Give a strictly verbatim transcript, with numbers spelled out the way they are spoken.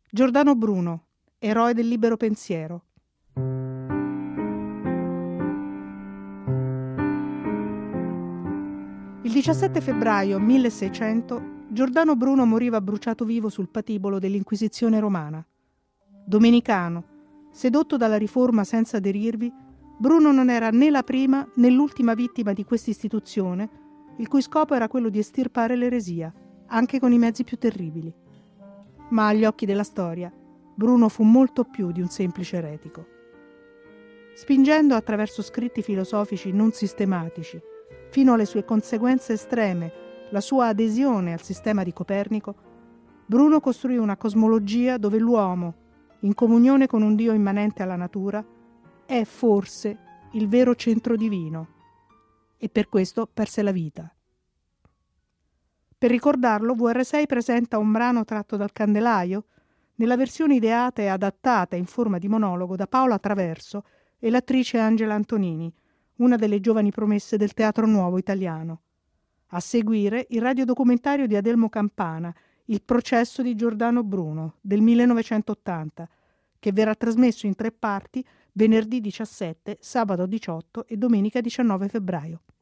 Giordano Bruno, eroe del libero pensiero. Il diciassette febbraio milleseicento Giordano Bruno moriva bruciato vivo sul patibolo dell'Inquisizione romana. Domenicano, sedotto dalla riforma senza aderirvi, Bruno non era né la prima né l'ultima vittima di questa istituzione, il cui scopo era quello di estirpare l'eresia, anche con i mezzi più terribili. Ma agli occhi della storia, Bruno fu molto più di un semplice eretico. Spingendo attraverso scritti filosofici non sistematici, fino alle sue conseguenze estreme, la sua adesione al sistema di Copernico, Bruno costruì una cosmologia dove l'uomo, in comunione con un Dio immanente alla natura, è forse il vero centro divino, e per questo perse la vita. Per ricordarlo, V R sei presenta un brano tratto dal Candelaio, nella versione ideata e adattata in forma di monologo da Paola Traverso e l'attrice Angela Antonini, una delle giovani promesse del teatro nuovo italiano. A seguire il radiodocumentario di Adelmo Campana, Il processo di Giordano Bruno, del millenovecentottanta, che verrà trasmesso in tre parti venerdì diciassette, sabato diciotto e domenica diciannove febbraio.